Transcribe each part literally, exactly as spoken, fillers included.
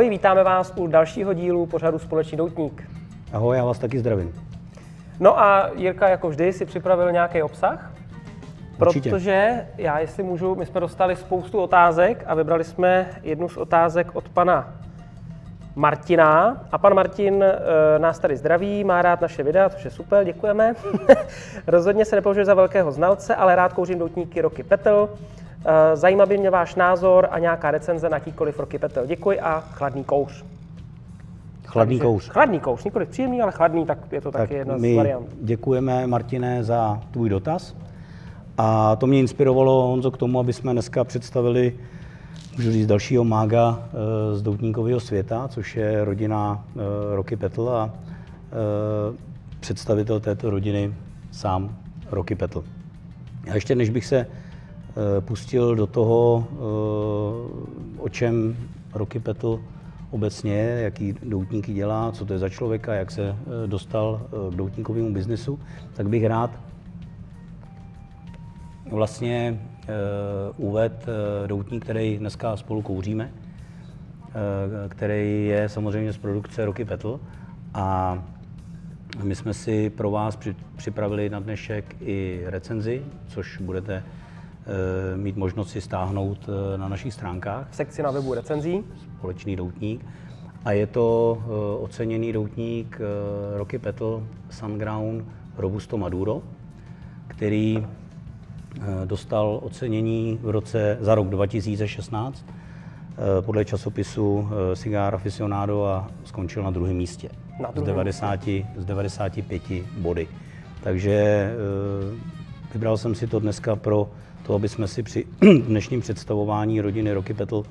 Ahoj, vítáme vás u dalšího dílu pořadu Společný doutník. Ahoj, já vás taky zdravím. No a Jirka, jako vždy, si připravil nějaký obsah? Určitě. Protože já, jestli můžu, my jsme dostali spoustu otázek a vybrali jsme jednu z otázek od pana Martina. A pan Martin e, nás tady zdraví, má rád naše videa, což je super, děkujeme. Rozhodně se nepovažuje za velkého znalce, ale rád kouřím doutníky Rocky Petal. E, zajímá by mě váš názor a nějaká recenze na jakýkoliv Rocky Petal. Děkuji a chladný kouř. Chladný Takže, kouř. Chladný kouř, nikoliv příjemný, ale chladný, tak je to tak taky jedna z variant. Děkujeme, Martine, za tvůj dotaz. A to mě inspirovalo, Honzo, k tomu, aby jsme dneska představili, můžu říct, dalšího mága z doutníkového světa, což je rodina Rocky Petal a představitel této rodiny sám Rocky Petal. A ještě než bych se pustil do toho, o čem Rocky Petal obecně je, jaký doutníky dělá, co to je za člověka, jak se dostal k doutníkovému biznesu, tak bych rád vlastně uh, uvedl uh, doutník, který dneska spolu kouříme, uh, který je samozřejmě z produkce Rocky Petal. A my jsme si pro vás při, připravili na dnešek i recenzi, což budete uh, mít možnost si stáhnout uh, na našich stránkách. V sekci na webu recenzí. Společný doutník. A je to uh, oceněný doutník uh, Rocky Petal Sunground Robusto Maduro, který dostal ocenění v roce za rok dva tisíce šestnáct podle časopisu Cigar Aficionado a skončil na druhém místě na z, devadesáti, z devadesáti pěti body. Takže vybral jsem si to dneska pro to, aby jsme si při dnešním představování rodiny Rocky Petal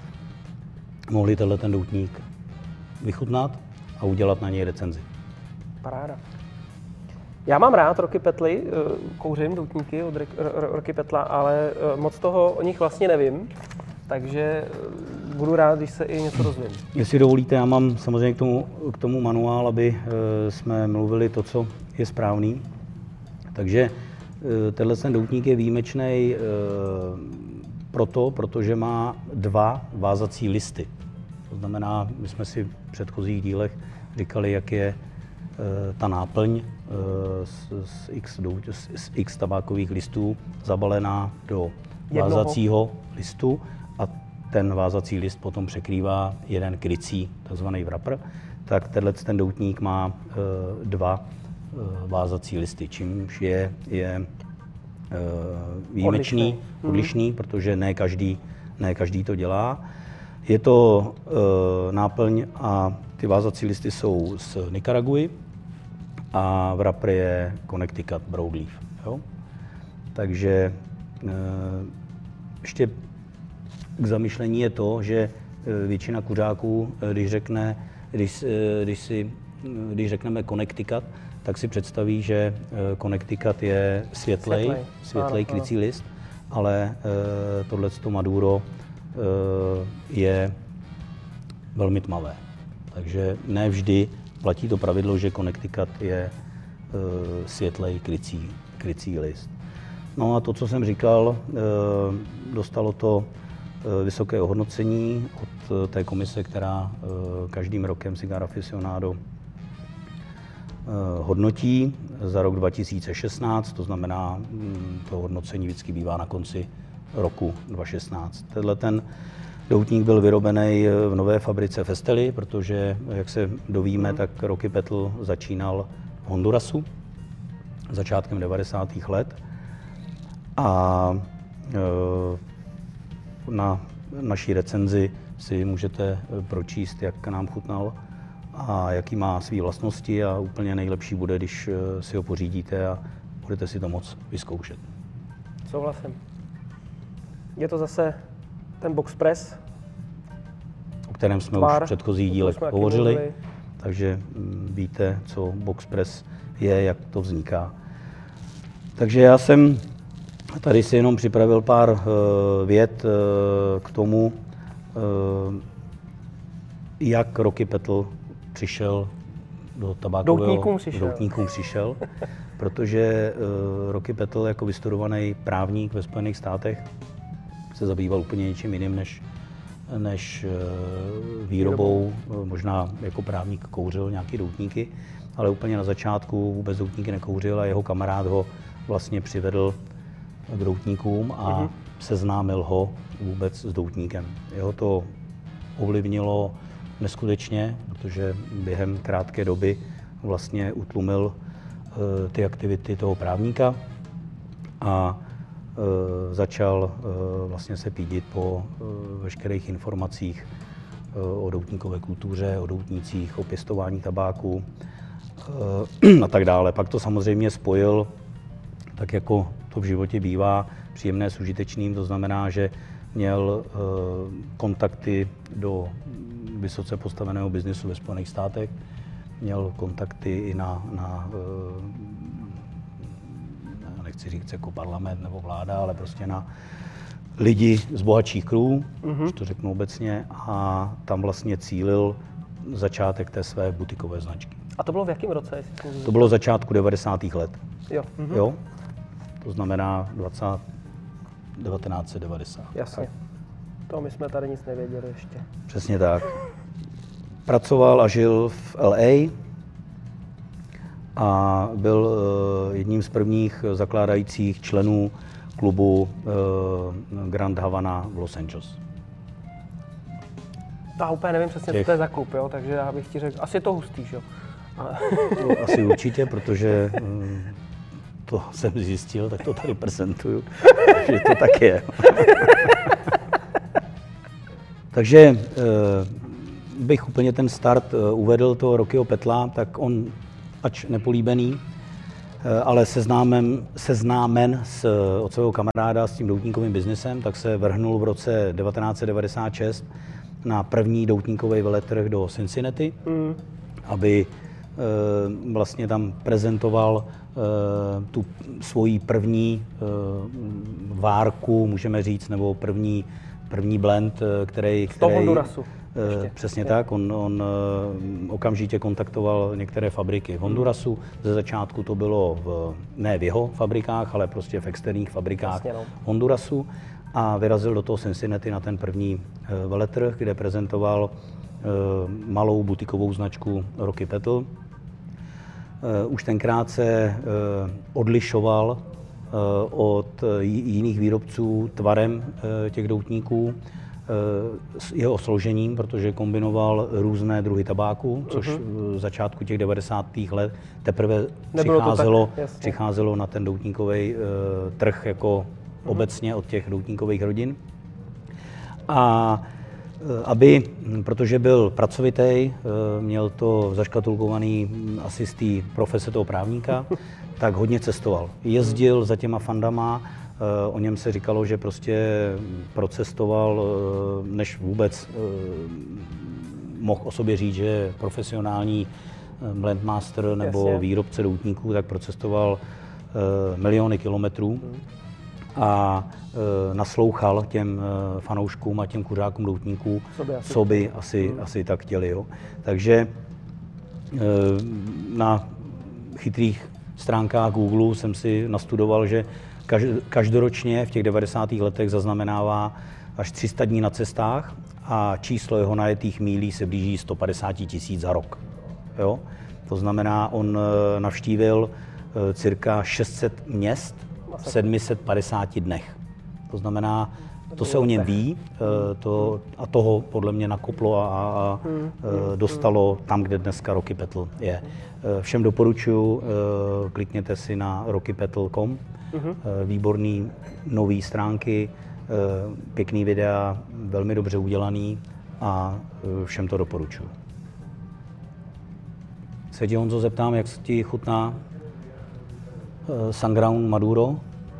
mohli tenhle ten doutník vychutnat a udělat na něj recenzi. Paráda. Já mám rád Rocky Petly, kouřím doutníky od Rocky Petla, ale moc toho o nich vlastně nevím, takže budu rád, když se i něco dozvím. Jestli dovolíte, já mám samozřejmě k tomu, k tomu manuál, aby jsme mluvili to, co je správný. Takže tenhle ten doutník je výjimečný proto, protože má dva vázací listy. To znamená, my jsme si v předchozích dílech říkali, jak je ta náplň z, z, x, z x tabákových listů zabalená do Jednoho. vázacího listu a ten vázací list potom překrývá jeden krycí, takzvaný wrapper, tak tenhle ten doutník má uh, dva uh, vázací listy, čímž je, je uh, výjimečný, odlišný, odlišný hmm. protože ne každý, ne každý to dělá. Je to uh, náplň a ty vázací listy jsou z Nikaraguy a wrapper je Connecticut Broadleaf. Jo? Takže e, ještě k zamyšlení je to, že většina kuřáků, když, řekne, když, když, si, když řekneme Connecticut, tak si představí, že Connecticut je světlej, světlej krycí list, ale e, tohleto Maduro e, je velmi tmavé. Takže ne vždy platí to pravidlo, že Connecticut je e, světlej krycí, krycí list. No a to, co jsem říkal, e, dostalo to e, vysoké ohodnocení od té komise, která e, každým rokem Cigar Aficionado e, hodnotí za rok dva tisíce šestnáct, to znamená, m, to hodnocení vždycky bývá na konci roku dva tisíce šestnáct. Tenhle ten doutník byl vyrobený v nové fabrice v Esteli, protože, jak se dovíme, tak Rocky Petal začínal v Hondurasu začátkem devadesátých let. A na naší recenzi si můžete pročíst, jak nám chutnal a jaký má své vlastnosti a úplně nejlepší bude, když si ho pořídíte a budete si to moc vyzkoušet. Souhlasím. Je to zase ten box press, o kterém jsme Tvár, už v předchozích dílech hovořili, takže víte, co box press je, jak to vzniká. Takže já jsem tady si jenom připravil pár uh, vět uh, k tomu, uh, jak Rocky Petal přišel do tabákového... Doutníkům přišel. Doutníkům přišel, protože uh, Rocky Petal jako vystudovaný právník ve Spojených státech se zabýval úplně něčím jiným než než výrobou. Možná jako právník kouřil nějaký doutníky, ale úplně na začátku vůbec doutníky nekouřil a jeho kamarád ho vlastně přivedl k doutníkům a mm-hmm. seznámil ho vůbec s doutníkem. Jeho to ovlivnilo neskutečně, protože během krátké doby vlastně utlumil e, ty aktivity toho právníka a e, začal e, vlastně se pídit po e, veškerých informacích e, o doutníkové kultuře, o doutnících, o pěstování tabáku e, a tak dále. Pak to samozřejmě spojil, tak jako to v životě bývá, příjemné s užitečným, to znamená, že měl e, kontakty do vysoce postaveného biznesu ve Spojených státech, měl kontakty i na, na e, nechci říct jako parlament nebo vláda, ale prostě na lidi z bohatších krů, mm-hmm. když to řeknu obecně, a tam vlastně cílil začátek té své butikové značky. A to bylo v jakém roce? To bylo začátku devadesátých let. Jo. Mm-hmm. Jo? To znamená dvacet devatenáct set devadesát. Jasně. To my jsme tady nic nevěděli ještě. Přesně tak. Pracoval a žil v L A a byl uh, jedním z prvních zakládajících členů klubu uh, Grand Havana v Los Angeles. Já úplně nevím přesně, Těch... co to je za klub, jo? Takže já bych ti řekl, asi je to hustý, jo? Ale... Asi určitě, protože um, to jsem zjistil, tak to tady prezentuju, že to tak je. Takže uh, bych úplně ten start uh, uvedl toho Rockyho Petla, tak on, ač nepolíbený, uh, ale seznámen, seznámen s, uh, od svého kamaráda s tím doutníkovým biznesem, tak se vrhnul v roce devatenáct set devadesát šest na první doutníkový veletrh do Cincinnati, mm. aby uh, vlastně tam prezentoval uh, tu svoji první uh, várku, můžeme říct, nebo první První blend, který... Z toho Hondurasu. Ještě. Přesně je. tak, on, on okamžitě kontaktoval některé fabriky v Hondurasu. Ze začátku to bylo v, ne v jeho fabrikách, ale prostě v externích fabrikách Jasně, no. Hondurasu a vyrazil do toho Cincinnati na ten první veletrh, kde prezentoval malou butikovou značku Rocky Petl. Už tenkrát se odlišoval od jiných výrobců tvarem těch doutníků, jeho složením, protože kombinoval různé druhy tabáku, což uh-huh. v začátku těch devadesátých let teprve přicházelo, tak, přicházelo na ten doutníkový trh jako uh-huh. obecně od těch doutníkových rodin. A aby, protože byl pracovitý, měl to zaškatulkovaný asi z té profese toho právníka, tak hodně cestoval. Jezdil za těma fandama, o něm se říkalo, že prostě procestoval, než vůbec mohl o sobě říct, že je profesionální blendmaster nebo Jasně. výrobce doutníků, tak procestoval miliony kilometrů a naslouchal těm fanouškům a těm kuřákům doutníků, co by asi, hmm. asi tak chtěli. Jo. Takže na chytrých stránkách Google jsem si nastudoval, že každoročně v těch devadesátých letech zaznamenává až tři sta dní na cestách a číslo jeho najetých mílí se blíží sto padesát tisíc za rok. Jo. To znamená, on navštívil cirka šest set měst v sedm set padesáti dnech. To znamená, to se o něm ví to, a toho podle mě nakoplo a, a dostalo tam, kde dneska Rocky Petl je. Všem doporučuji, klikněte si na rocky petl tečka com, výborný nový stránky, pěkný videa, velmi dobře udělaný a všem to doporučuji. Se tě, Honzo, zeptám, jak se ti chutná Sunground Maduro?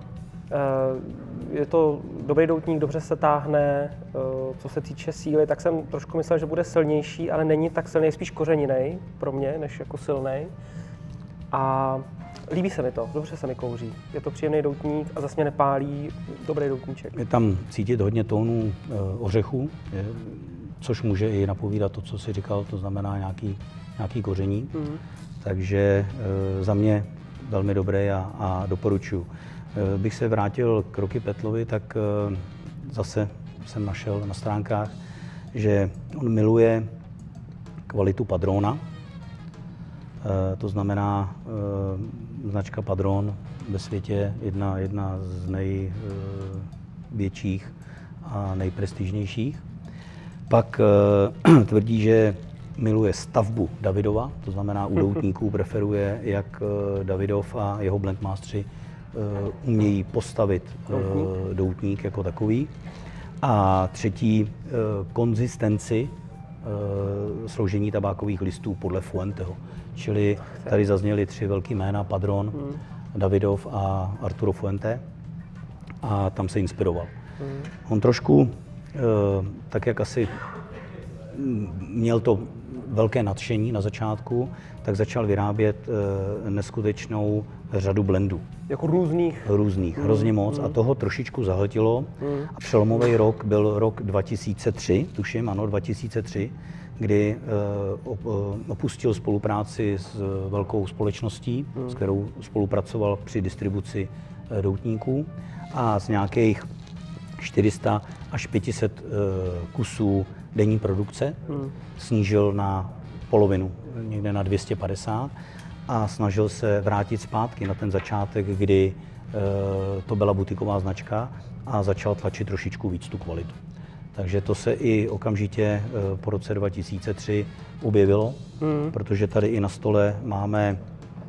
Je to dobrý doutník, dobře se táhne, co se týče síly, tak jsem trošku myslel, že bude silnější, ale není tak silný, spíš kořeninej pro mě, než jako silnej. A líbí se mi to, dobře se mi kouří. Je to příjemný doutník a zase mě nepálí, dobrý doutníček. Je tam cítit hodně tónů ořechů, což může i napovídat to, co jsi říkal, to znamená nějaký, nějaký koření. Mm. Takže za mě velmi dobré a, a doporučuji. Bych se vrátil k Rocky Petlovi, tak zase jsem našel na stránkách že on miluje kvalitu Padrona. E, to znamená, e, značka Padron ve světě jedna, jedna z největších a nejprestižnějších. Pak e, tvrdí, že miluje stavbu Davidova, to znamená u doutníků preferuje, jak Davidov a jeho blendmastři umějí postavit doutník jako takový. A třetí, konzistenci složení tabákových listů podle Fuenteho. Čili tady zazněly tři velký jména, Padron, hmm. Davidov a Arturo Fuente, a tam se inspiroval. Hmm. On trošku, tak jak asi měl to velké nadšení na začátku, tak začal vyrábět neskutečnou řadu blendů. Jako různých? Různých, hrozně moc, mm. a toho trošičku zahltilo. Mm. A přelomový rok byl rok dva tisíce tři, tuším, ano, dva tisíce tři, kdy uh, opustil spolupráci s velkou společností, mm. s kterou spolupracoval při distribuci uh, doutníků, a z nějakých čtyři sta až pět set uh, kusů denní produkce mm. snížil na polovinu, někde na dvě stě padesát, a snažil se vrátit zpátky na ten začátek, kdy e, to byla butiková značka, a začal tlačit trošičku víc tu kvalitu. Takže to se i okamžitě e, po roce dva tisíce tři objevilo, mm. protože tady i na stole máme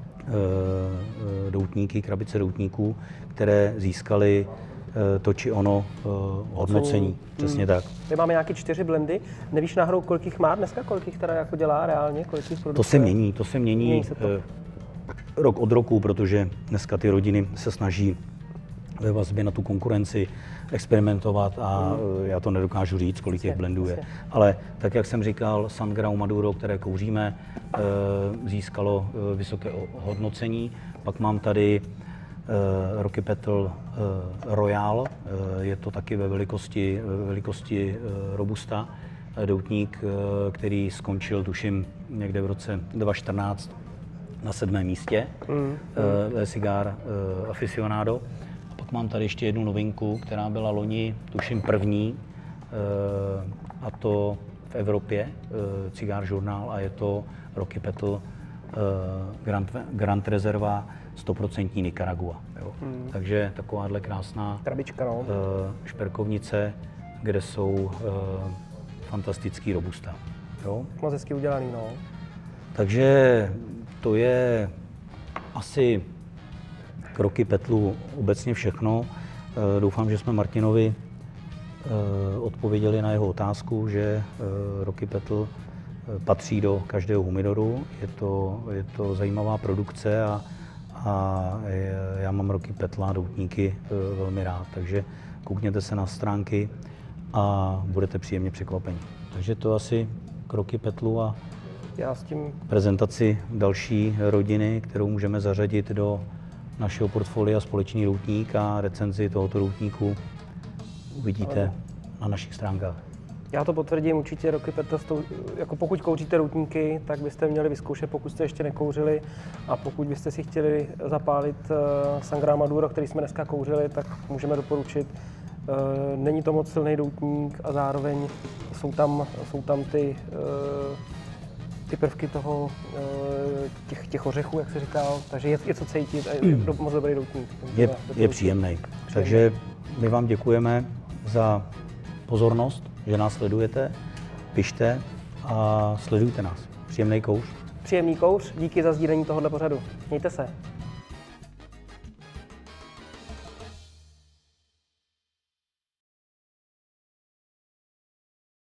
e, doutníky, krabice doutníků, které získaly e, to či ono e, hodnocení. Mm. Přesně mm. tak. My máme nějaké čtyři blendy. Nevíš náhodou, kolik jich má dneska, kolik jich teda jako dělá reálně, kolik jich produkuje? To se mění, to se mění, mění se to. E, rok od roku, protože dneska ty rodiny se snaží ve vazbě na tu konkurenci experimentovat, a mm. já to nedokážu říct, kolik těch blendů je. Ale tak, jak jsem říkal, Sangria Maduro, které kouříme, získalo vysoké hodnocení. Pak mám tady Rocky Petal Royal, je to taky ve velikosti, ve velikosti Robusta, doutník, který skončil, tuším, někde v roce dva tisíce čtrnáct na sedmém místě, mm. ve Cigar Aficionado. A pak mám tady ještě jednu novinku, která byla loni, tuším, první, a to v Evropě, Cigar Journal, a je to Rocky Petal Grand, Grand Reserva sto procent Nicaragua. Jo. Mm. Takže takováhle krásná krabička, no. šperkovnice, kde jsou fantastický robusta. Jo. Moc hezky udělaný, no. Takže to je asi k Rocky Petalu obecně všechno. Doufám, že jsme Martinovi odpověděli na jeho otázku, že Rocky Petal patří do každého humidoru. Je to, je to zajímavá produkce, a, a já mám Rocky Petala doutníky velmi rád. Takže koukněte se na stránky a budete příjemně překvapeni. Takže to asi k Rocky Petalu a Já s tím... prezentaci další rodiny, kterou můžeme zařadit do našeho portfolia Společný doutník, a recenzi tohoto doutníku uvidíte Ale... na našich stránkách. Já to potvrdím, určitě Rocky Petal, jako pokud kouříte doutníky, tak byste měli vyzkoušet, pokud jste ještě nekouřili, a pokud byste si chtěli zapálit uh, Sangria Maduro, který jsme dneska kouřili, tak můžeme doporučit. Uh, není to moc silný doutník, a zároveň jsou tam, jsou tam ty, uh, ty prvky toho, uh, těch, těch ořechů, jak se říkal, takže je, je co cítit, a je do, moc dobrý doutník. Je, je příjemný. Takže my vám děkujeme za pozornost, že nás sledujete, pište a sledujte nás. Příjemný kouř. Příjemný kouř, díky za sdílení tohohle pořadu. Mějte se.